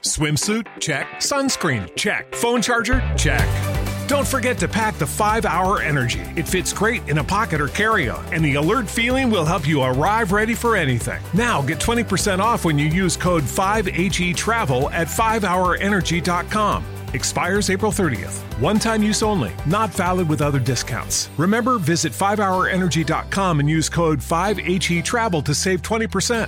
Swimsuit? Check. Sunscreen? Check. Phone charger? Check. Don't forget to pack the 5-Hour Energy. It fits great in a pocket or carry-on, and the alert feeling will help you arrive ready for anything. Now get 20% off when you use code 5HETRAVEL at 5hourenergy.com. Expires April 30th. One-time use only. Not valid with other discounts. Remember, visit 5hourenergy.com and use code 5HETRAVEL to save 20%.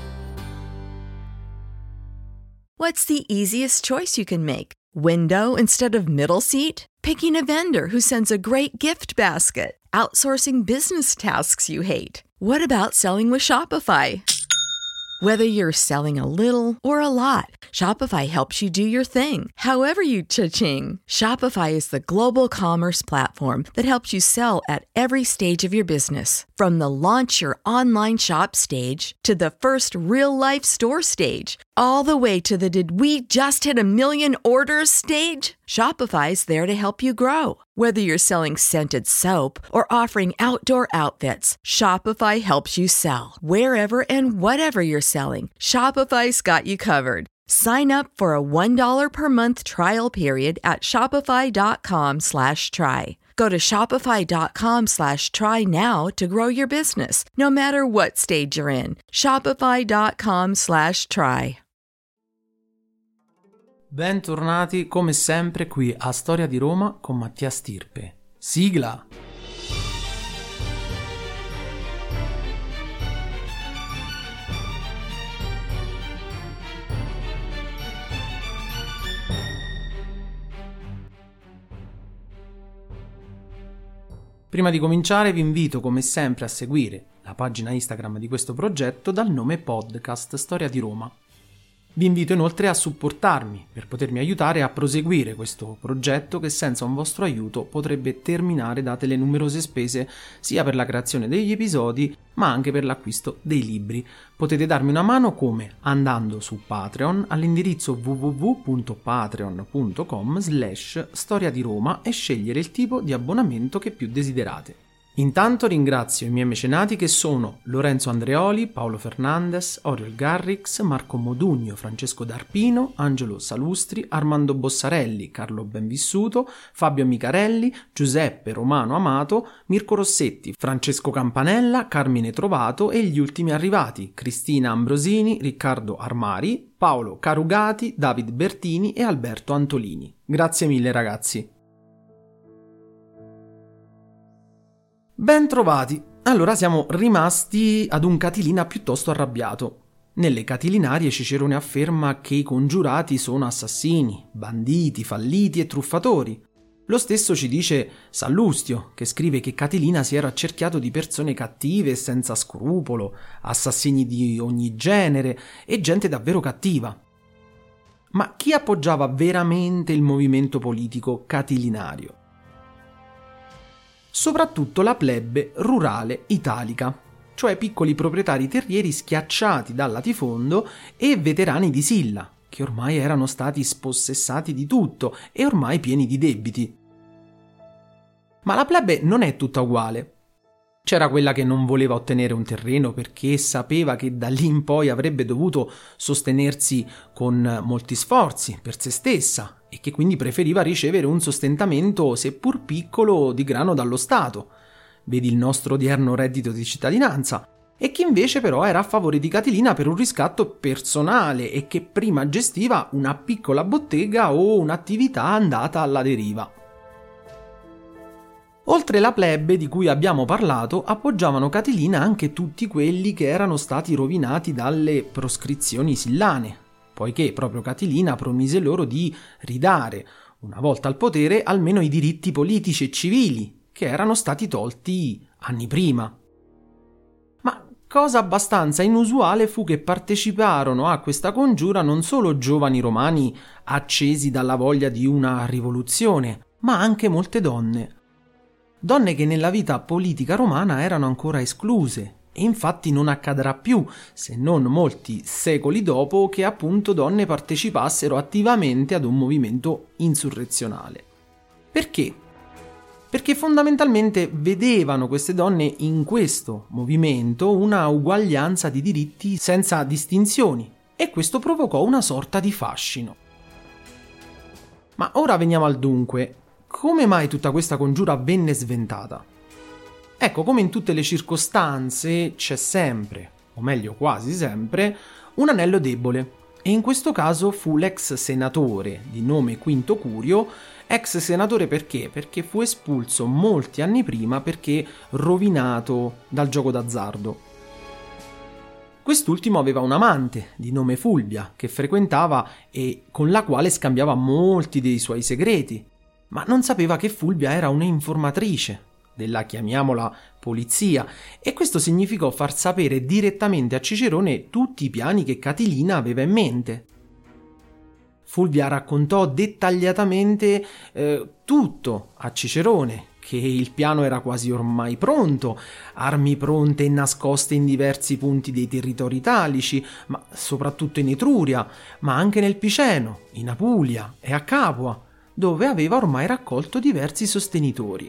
What's the easiest choice you can make? Window instead of middle seat? Picking a vendor who sends a great gift basket? Outsourcing business tasks you hate? What about selling with Shopify? Whether you're selling a little or a lot, Shopify helps you do your thing, however you cha-ching. Shopify is the global commerce platform that helps you sell at every stage of your business. From the launch your online shop stage to the first real-life store stage, all the way to the did we just hit a million orders stage? Shopify's there to help you grow. Whether you're selling scented soap or offering outdoor outfits, Shopify helps you sell. Wherever and whatever you're selling, Shopify's got you covered. Sign up for a $1 per month trial period at shopify.com/try. Go to shopify.com/try now to grow your business, no matter what stage you're in. Shopify.com/try. Bentornati come sempre qui a Storia di Roma con Mattia Stirpe. Sigla! Prima di cominciare vi invito come sempre a seguire la pagina Instagram di questo progetto dal nome podcast Storia di Roma. Vi invito inoltre a supportarmi per potermi aiutare a proseguire questo progetto che senza un vostro aiuto potrebbe terminare date le numerose spese sia per la creazione degli episodi ma anche per l'acquisto dei libri. Potete darmi una mano come andando su Patreon all'indirizzo www.patreon.com/Storia di Roma e scegliere il tipo di abbonamento che più desiderate. Intanto ringrazio i miei mecenati che sono Lorenzo Andreoli, Paolo Fernandez, Oriol Garrix, Marco Modugno, Francesco D'Arpino, Angelo Salustri, Armando Bossarelli, Carlo Benvissuto, Fabio Micarelli, Giuseppe Romano Amato, Mirko Rossetti, Francesco Campanella, Carmine Trovato e gli ultimi arrivati Cristina Ambrosini, Riccardo Armari, Paolo Carugati, David Bertini e Alberto Antolini. Grazie mille ragazzi. Ben trovati! Allora siamo rimasti ad un Catilina piuttosto arrabbiato. Nelle Catilinarie Cicerone afferma che i congiurati sono assassini, banditi, falliti e truffatori. Lo stesso ci dice Sallustio, che scrive che Catilina si era accerchiato di persone cattive e senza scrupolo, assassini di ogni genere e gente davvero cattiva. Ma chi appoggiava veramente il movimento politico catilinario? Soprattutto la plebe rurale italica, cioè piccoli proprietari terrieri schiacciati dal latifondo e veterani di Silla, che ormai erano stati spossessati di tutto e ormai pieni di debiti. Ma la plebe non è tutta uguale. C'era quella che non voleva ottenere un terreno perché sapeva che da lì in poi avrebbe dovuto sostenersi con molti sforzi per se stessa e che quindi preferiva ricevere un sostentamento, seppur piccolo, di grano dallo Stato. Vedi il nostro odierno reddito di cittadinanza. E chi invece però era a favore di Catilina per un riscatto personale e che prima gestiva una piccola bottega o un'attività andata alla deriva. Oltre la plebe di cui abbiamo parlato, appoggiavano Catilina anche tutti quelli che erano stati rovinati dalle proscrizioni sillane, poiché proprio Catilina promise loro di ridare, una volta al potere, almeno i diritti politici e civili, che erano stati tolti anni prima. Ma cosa abbastanza inusuale fu che parteciparono a questa congiura non solo giovani romani accesi dalla voglia di una rivoluzione, ma anche molte donne. Donne che nella vita politica romana erano ancora escluse, e infatti non accadrà più, se non molti secoli dopo, che appunto donne partecipassero attivamente ad un movimento insurrezionale. Perché? Perché fondamentalmente vedevano queste donne in questo movimento una uguaglianza di diritti senza distinzioni, e questo provocò una sorta di fascino. Ma ora veniamo al dunque. Come mai tutta questa congiura venne sventata? Ecco, come in tutte le circostanze c'è sempre, o meglio quasi sempre, un anello debole. E in questo caso fu l'ex senatore di nome Quinto Curio. Ex senatore perché? Perché fu espulso molti anni prima perché rovinato dal gioco d'azzardo. Quest'ultimo aveva un'amante di nome Fulvia che frequentava e con la quale scambiava molti dei suoi segreti, ma non sapeva che Fulvia era un'informatrice della, chiamiamola, polizia, e questo significò far sapere direttamente a Cicerone tutti i piani che Catilina aveva in mente. Fulvia raccontò dettagliatamente tutto a Cicerone, che il piano era quasi ormai pronto, armi pronte e nascoste in diversi punti dei territori italici, ma soprattutto in Etruria, ma anche nel Piceno, in Apulia e a Capua, dove aveva ormai raccolto diversi sostenitori.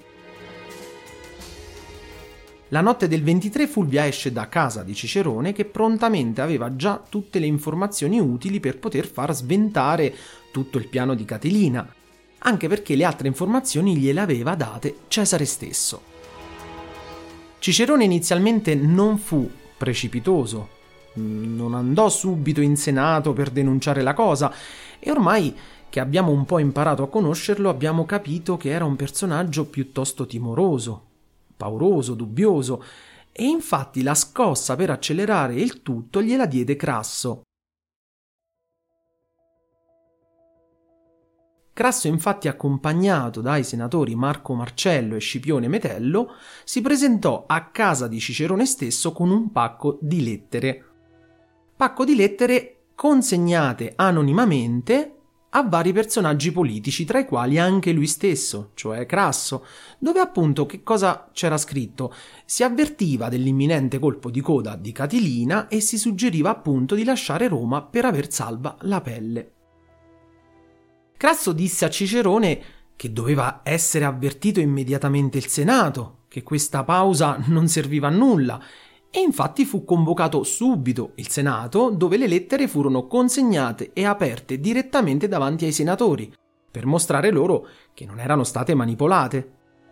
La notte del 23 Fulvia esce da casa di Cicerone che prontamente aveva già tutte le informazioni utili per poter far sventare tutto il piano di Catilina, anche perché le altre informazioni gliele aveva date Cesare stesso. Cicerone inizialmente non fu precipitoso, non andò subito in Senato per denunciare la cosa e ormai che abbiamo un po' imparato a conoscerlo abbiamo capito che era un personaggio piuttosto timoroso, pauroso, dubbioso, e infatti la scossa per accelerare il tutto gliela diede Crasso. Crasso, infatti, accompagnato dai senatori Marco Marcello e Scipione Metello, si presentò a casa di Cicerone stesso con un pacco di lettere. Pacco di lettere consegnate anonimamente a vari personaggi politici, tra i quali anche lui stesso, cioè Crasso, dove appunto che cosa c'era scritto? Si avvertiva dell'imminente colpo di coda di Catilina e si suggeriva appunto di lasciare Roma per aver salva la pelle. Crasso disse a Cicerone che doveva essere avvertito immediatamente il Senato, che questa pausa non serviva a nulla, e infatti fu convocato subito il Senato, dove le lettere furono consegnate e aperte direttamente davanti ai senatori, per mostrare loro che non erano state manipolate.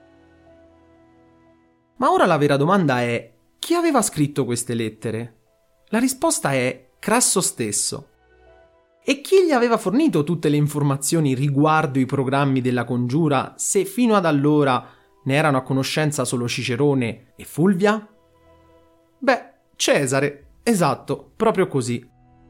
Ma ora la vera domanda è: chi aveva scritto queste lettere? La risposta è Crasso stesso. E chi gli aveva fornito tutte le informazioni riguardo i programmi della congiura, se fino ad allora ne erano a conoscenza solo Cicerone e Fulvia? Beh, Cesare, esatto, proprio così.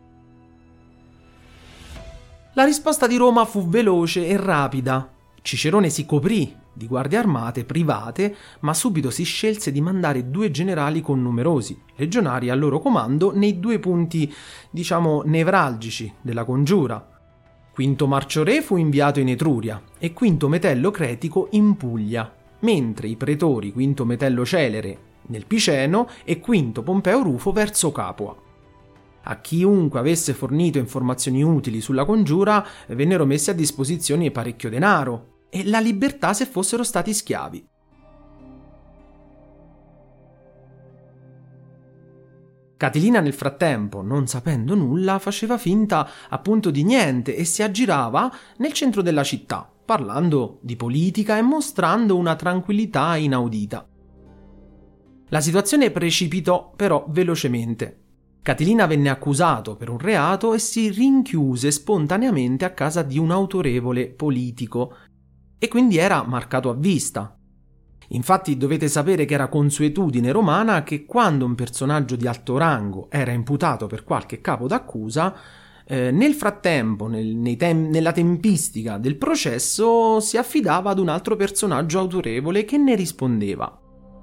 La risposta di Roma fu veloce e rapida. Cicerone si coprì di guardie armate private, ma subito si scelse di mandare 2 generali con numerosi legionari al loro comando nei 2 punti, nevralgici della congiura. Quinto Marcio Re fu inviato in Etruria e Quinto Metello Cretico in Puglia, mentre i pretori Quinto Metello Celere nel Piceno e Quinto Pompeo Rufo verso Capua. A chiunque avesse fornito informazioni utili sulla congiura vennero messi a disposizione parecchio denaro e la libertà se fossero stati schiavi. Catilina nel frattempo, non sapendo nulla, faceva finta appunto di niente e si aggirava nel centro della città, parlando di politica e mostrando una tranquillità inaudita. La situazione precipitò però velocemente. Catilina venne accusato per un reato e si rinchiuse spontaneamente a casa di un autorevole politico e quindi era marcato a vista. Infatti dovete sapere che era consuetudine romana che quando un personaggio di alto rango era imputato per qualche capo d'accusa, nel frattempo, nella tempistica del processo, si affidava ad un altro personaggio autorevole che ne rispondeva.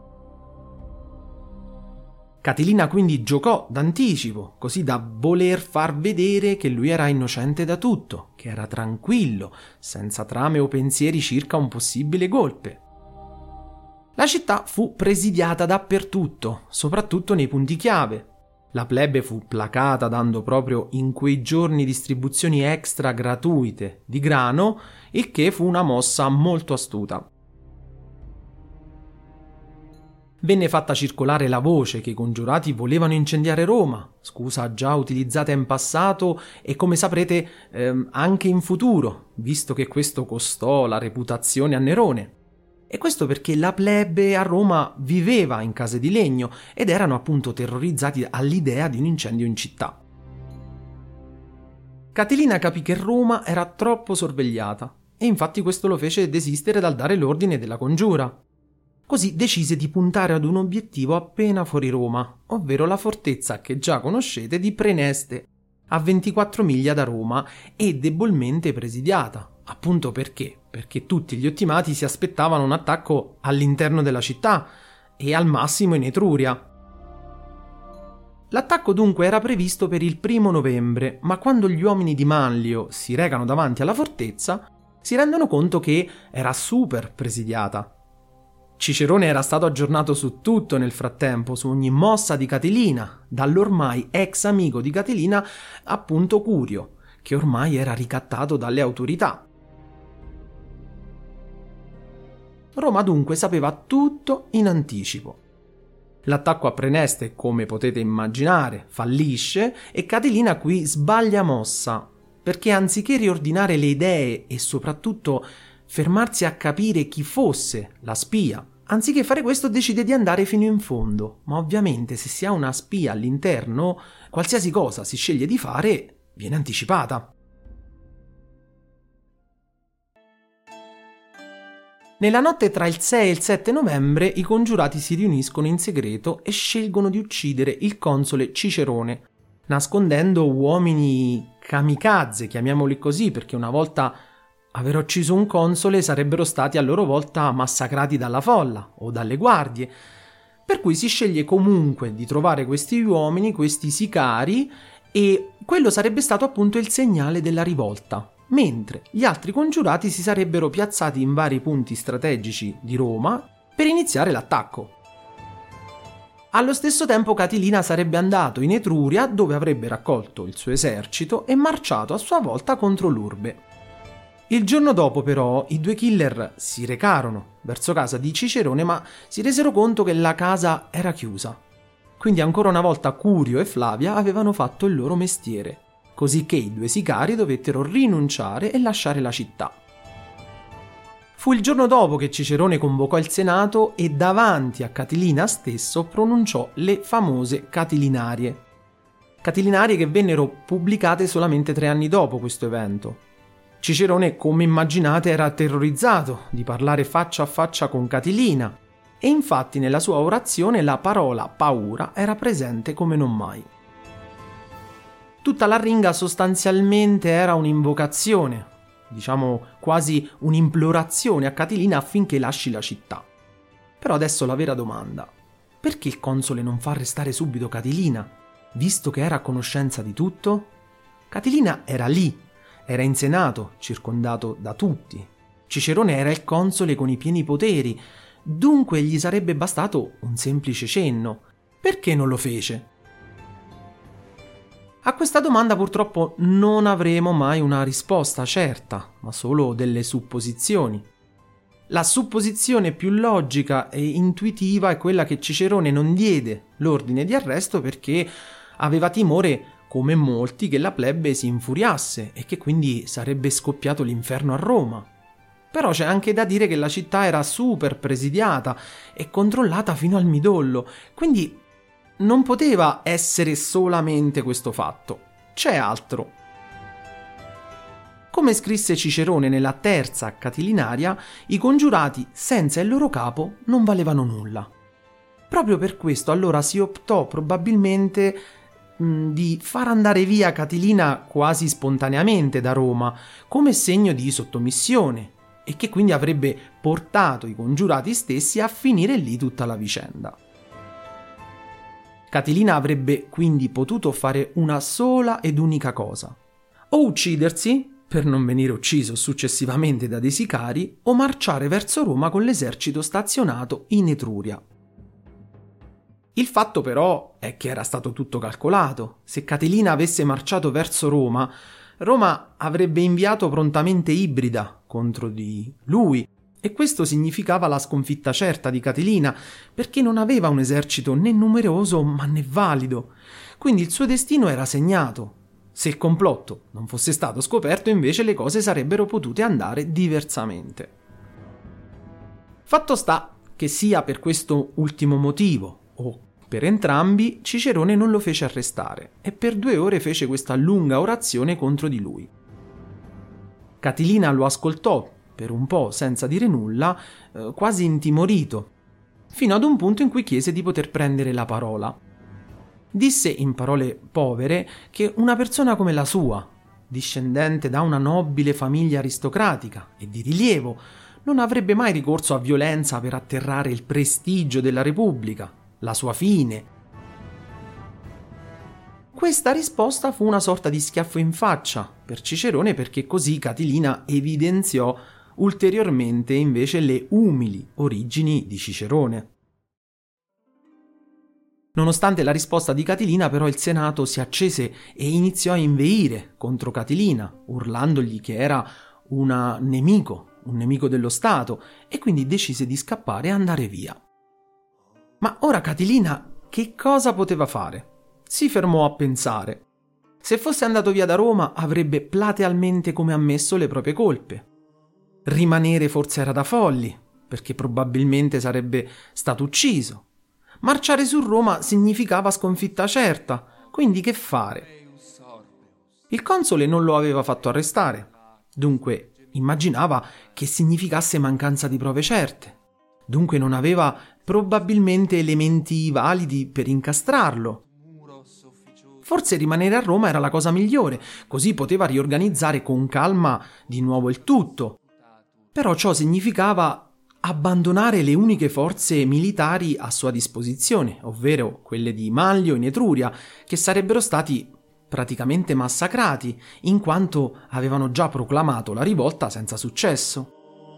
Catilina quindi giocò d'anticipo, così da voler far vedere che lui era innocente da tutto, che era tranquillo, senza trame o pensieri circa un possibile golpe. La città fu presidiata dappertutto, soprattutto nei punti chiave. La plebe fu placata dando proprio in quei giorni distribuzioni extra gratuite di grano, il che fu una mossa molto astuta. Venne fatta circolare la voce che i congiurati volevano incendiare Roma, scusa già utilizzata in passato e come saprete anche in futuro, visto che questo costò la reputazione a Nerone. E questo perché la plebe a Roma viveva in case di legno ed erano appunto terrorizzati all'idea di un incendio in città. Catilina capì che Roma era troppo sorvegliata e infatti questo lo fece desistere dal dare l'ordine della congiura. Così decise di puntare ad un obiettivo appena fuori Roma, ovvero la fortezza che già conoscete di Preneste, a 24 miglia da Roma e debolmente presidiata. Appunto perché? Perché tutti gli ottimati si aspettavano un attacco all'interno della città e al massimo in Etruria. L'attacco dunque era previsto per il 1° novembre, ma quando gli uomini di Manlio si recano davanti alla fortezza, si rendono conto che era super presidiata. Cicerone era stato aggiornato su tutto nel frattempo, su ogni mossa di Catilina, dall'ormai ex amico di Catilina, appunto Curio, che ormai era ricattato dalle autorità. Roma dunque sapeva tutto in anticipo. L'attacco a Preneste, come potete immaginare, fallisce e Catilina qui sbaglia mossa, perché anziché riordinare le idee e soprattutto fermarsi a capire chi fosse la spia, anziché fare questo decide di andare fino in fondo. Ma ovviamente se si ha una spia all'interno, qualsiasi cosa si sceglie di fare viene anticipata. Nella notte tra il 6 e il 7 novembre i congiurati si riuniscono in segreto e scelgono di uccidere il console Cicerone, nascondendo uomini kamikaze, chiamiamoli così, perché una volta aver ucciso un console sarebbero stati a loro volta massacrati dalla folla o dalle guardie. Per cui si sceglie comunque di trovare questi uomini, questi sicari, e quello sarebbe stato appunto il segnale della rivolta, mentre gli altri congiurati si sarebbero piazzati in vari punti strategici di Roma per iniziare l'attacco. Allo stesso tempo Catilina sarebbe andato in Etruria, dove avrebbe raccolto il suo esercito e marciato a sua volta contro l'urbe. Il giorno dopo però i due killer si recarono verso casa di Cicerone, ma si resero conto che la casa era chiusa. Quindi ancora una volta Curio e Flavia avevano fatto il loro mestiere, così che i due sicari dovettero rinunciare e lasciare la città. Fu il giorno dopo che Cicerone convocò il Senato e davanti a Catilina stesso pronunciò le famose Catilinarie. Catilinarie che vennero pubblicate solamente 3 anni dopo questo evento. Cicerone, come immaginate, era terrorizzato di parlare faccia a faccia con Catilina e infatti nella sua orazione la parola paura era presente come non mai. Tutta l'arringa sostanzialmente era un'invocazione, diciamo quasi un'implorazione a Catilina affinché lasci la città. Però adesso la vera domanda: perché il console non fa arrestare subito Catilina, visto che era a conoscenza di tutto? Catilina era lì, era in Senato, circondato da tutti. Cicerone era il console con i pieni poteri, dunque gli sarebbe bastato un semplice cenno. Perché non lo fece? A questa domanda purtroppo non avremo mai una risposta certa, ma solo delle supposizioni. La supposizione più logica e intuitiva è quella che Cicerone non diede l'ordine di arresto perché aveva timore, come molti, che la plebe si infuriasse e che quindi sarebbe scoppiato l'inferno a Roma. Però c'è anche da dire che la città era super presidiata e controllata fino al midollo, quindi non poteva essere solamente questo fatto. C'è altro. Come scrisse Cicerone nella terza Catilinaria, i congiurati senza il loro capo non valevano nulla. Proprio per questo allora si optò probabilmente di far andare via Catilina quasi spontaneamente da Roma, come segno di sottomissione, e che quindi avrebbe portato i congiurati stessi a finire lì tutta la vicenda. Catilina avrebbe quindi potuto fare una sola ed unica cosa: o uccidersi, per non venire ucciso successivamente da dei sicari, o marciare verso Roma con l'esercito stazionato in Etruria. Il fatto però è che era stato tutto calcolato. Se Catilina avesse marciato verso Roma, Roma avrebbe inviato prontamente Ibrida contro di lui E questo significava la sconfitta certa di Catilina, perché non aveva un esercito né numeroso ma né valido. Quindi il suo destino era segnato. Se il complotto non fosse stato scoperto, invece le cose sarebbero potute andare diversamente. Fatto sta che sia per questo ultimo motivo o per entrambi, Cicerone non lo fece arrestare e per 2 ore fece questa lunga orazione contro di lui. Catilina lo ascoltò per un po' senza dire nulla, quasi intimorito, fino ad un punto in cui chiese di poter prendere la parola. Disse in parole povere che una persona come la sua, discendente da una nobile famiglia aristocratica e di rilievo, non avrebbe mai ricorso a violenza per atterrare il prestigio della Repubblica, la sua fine. Questa risposta fu una sorta di schiaffo in faccia per Cicerone, perché così Catilina evidenziò ulteriormente invece le umili origini di Cicerone. Nonostante la risposta di Catilina, però, il Senato si accese e iniziò a inveire contro Catilina, urlandogli che era un nemico dello Stato, e quindi decise di scappare e andare via. Ma ora Catilina che cosa poteva fare? Si fermò a pensare. Se fosse andato via da Roma avrebbe platealmente come ammesso le proprie colpe. Rimanere forse era da folli, perché probabilmente sarebbe stato ucciso. Marciare su Roma significava sconfitta certa, quindi che fare? Il console non lo aveva fatto arrestare, dunque immaginava che significasse mancanza di prove certe. Dunque non aveva probabilmente elementi validi per incastrarlo. Forse rimanere a Roma era la cosa migliore, così poteva riorganizzare con calma di nuovo il tutto. Però ciò significava abbandonare le uniche forze militari a sua disposizione, ovvero quelle di Manlio in Etruria, che sarebbero stati praticamente massacrati, in quanto avevano già proclamato la rivolta senza successo.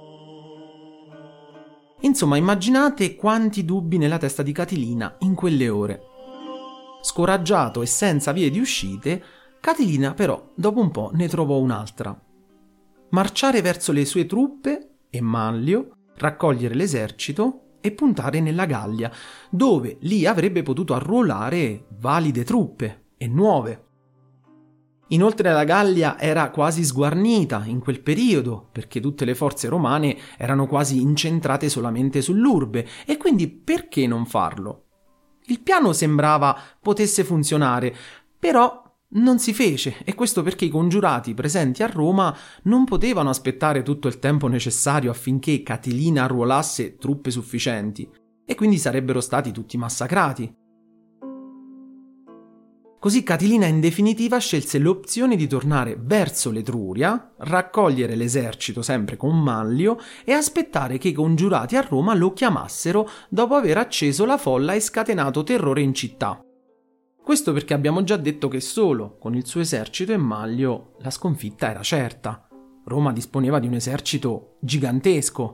Insomma, immaginate quanti dubbi nella testa di Catilina in quelle ore. Scoraggiato e senza vie di uscite, Catilina però dopo un po' ne trovò un'altra. Marciare verso le sue truppe e Manlio, raccogliere l'esercito e puntare nella Gallia, dove lì avrebbe potuto arruolare valide truppe e nuove. Inoltre la Gallia era quasi sguarnita in quel periodo, perché tutte le forze romane erano quasi incentrate solamente sull'urbe, e quindi perché non farlo? Il piano sembrava potesse funzionare, però non si fece, e questo perché i congiurati presenti a Roma non potevano aspettare tutto il tempo necessario affinché Catilina arruolasse truppe sufficienti, e quindi sarebbero stati tutti massacrati. Così Catilina in definitiva scelse l'opzione di tornare verso l'Etruria, raccogliere l'esercito sempre con Manlio e aspettare che i congiurati a Roma lo chiamassero dopo aver acceso la folla e scatenato terrore in città. Questo perché abbiamo già detto che solo con il suo esercito e Manlio la sconfitta era certa. Roma disponeva di un esercito gigantesco.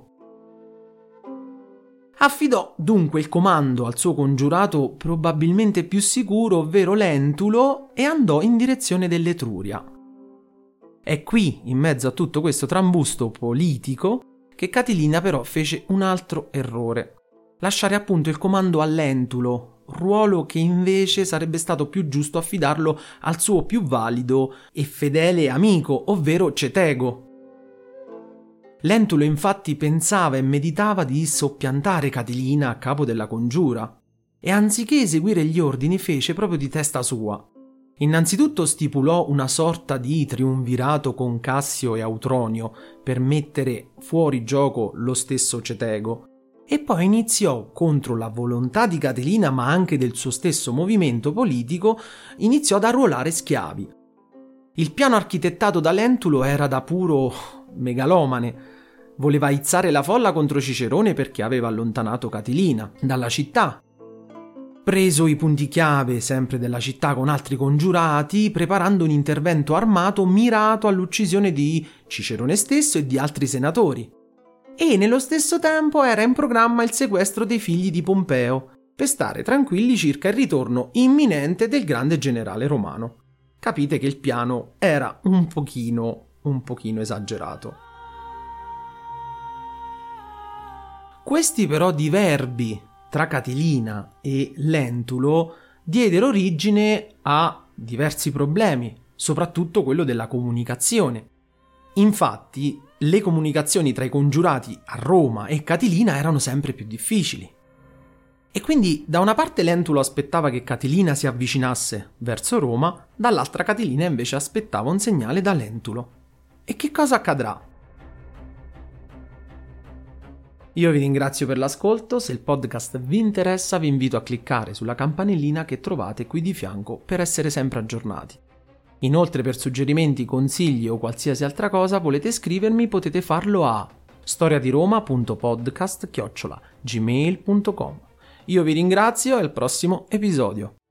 Affidò dunque il comando al suo congiurato probabilmente più sicuro, ovvero Lentulo, e andò in direzione dell'Etruria. È qui, in mezzo a tutto questo trambusto politico, che Catilina però fece un altro errore: lasciare appunto il comando a Lentulo, ruolo che invece sarebbe stato più giusto affidarlo al suo più valido e fedele amico, ovvero Cetego. Lentulo infatti pensava e meditava di soppiantare Catilina a capo della congiura, e anziché eseguire gli ordini fece proprio di testa sua. Innanzitutto stipulò una sorta di triumvirato con Cassio e Autronio per mettere fuori gioco lo stesso Cetego, e poi iniziò, contro la volontà di Catilina ma anche del suo stesso movimento politico, iniziò ad arruolare schiavi. Il piano architettato da Lentulo era da puro megalomane. Voleva aizzare la folla contro Cicerone perché aveva allontanato Catilina dalla città. Preso i punti chiave sempre della città con altri congiurati, preparando un intervento armato mirato all'uccisione di Cicerone stesso e di altri senatori. E nello stesso tempo era in programma il sequestro dei figli di Pompeo, per stare tranquilli circa il ritorno imminente del grande generale romano. Capite che il piano era un pochino esagerato. Questi però diverbi tra Catilina e Lentulo diedero origine a diversi problemi, soprattutto quello della comunicazione. Infatti, le comunicazioni tra i congiurati a Roma e Catilina erano sempre più difficili. E quindi da una parte Lentulo aspettava che Catilina si avvicinasse verso Roma, dall'altra Catilina invece aspettava un segnale da Lentulo. E che cosa accadrà? Io vi ringrazio per l'ascolto, se il podcast vi interessa vi invito a cliccare sulla campanellina che trovate qui di fianco per essere sempre aggiornati. Inoltre per suggerimenti, consigli o qualsiasi altra cosa volete scrivermi, potete farlo a storiadiroma.podcast@gmail.com. Io vi ringrazio e al prossimo episodio.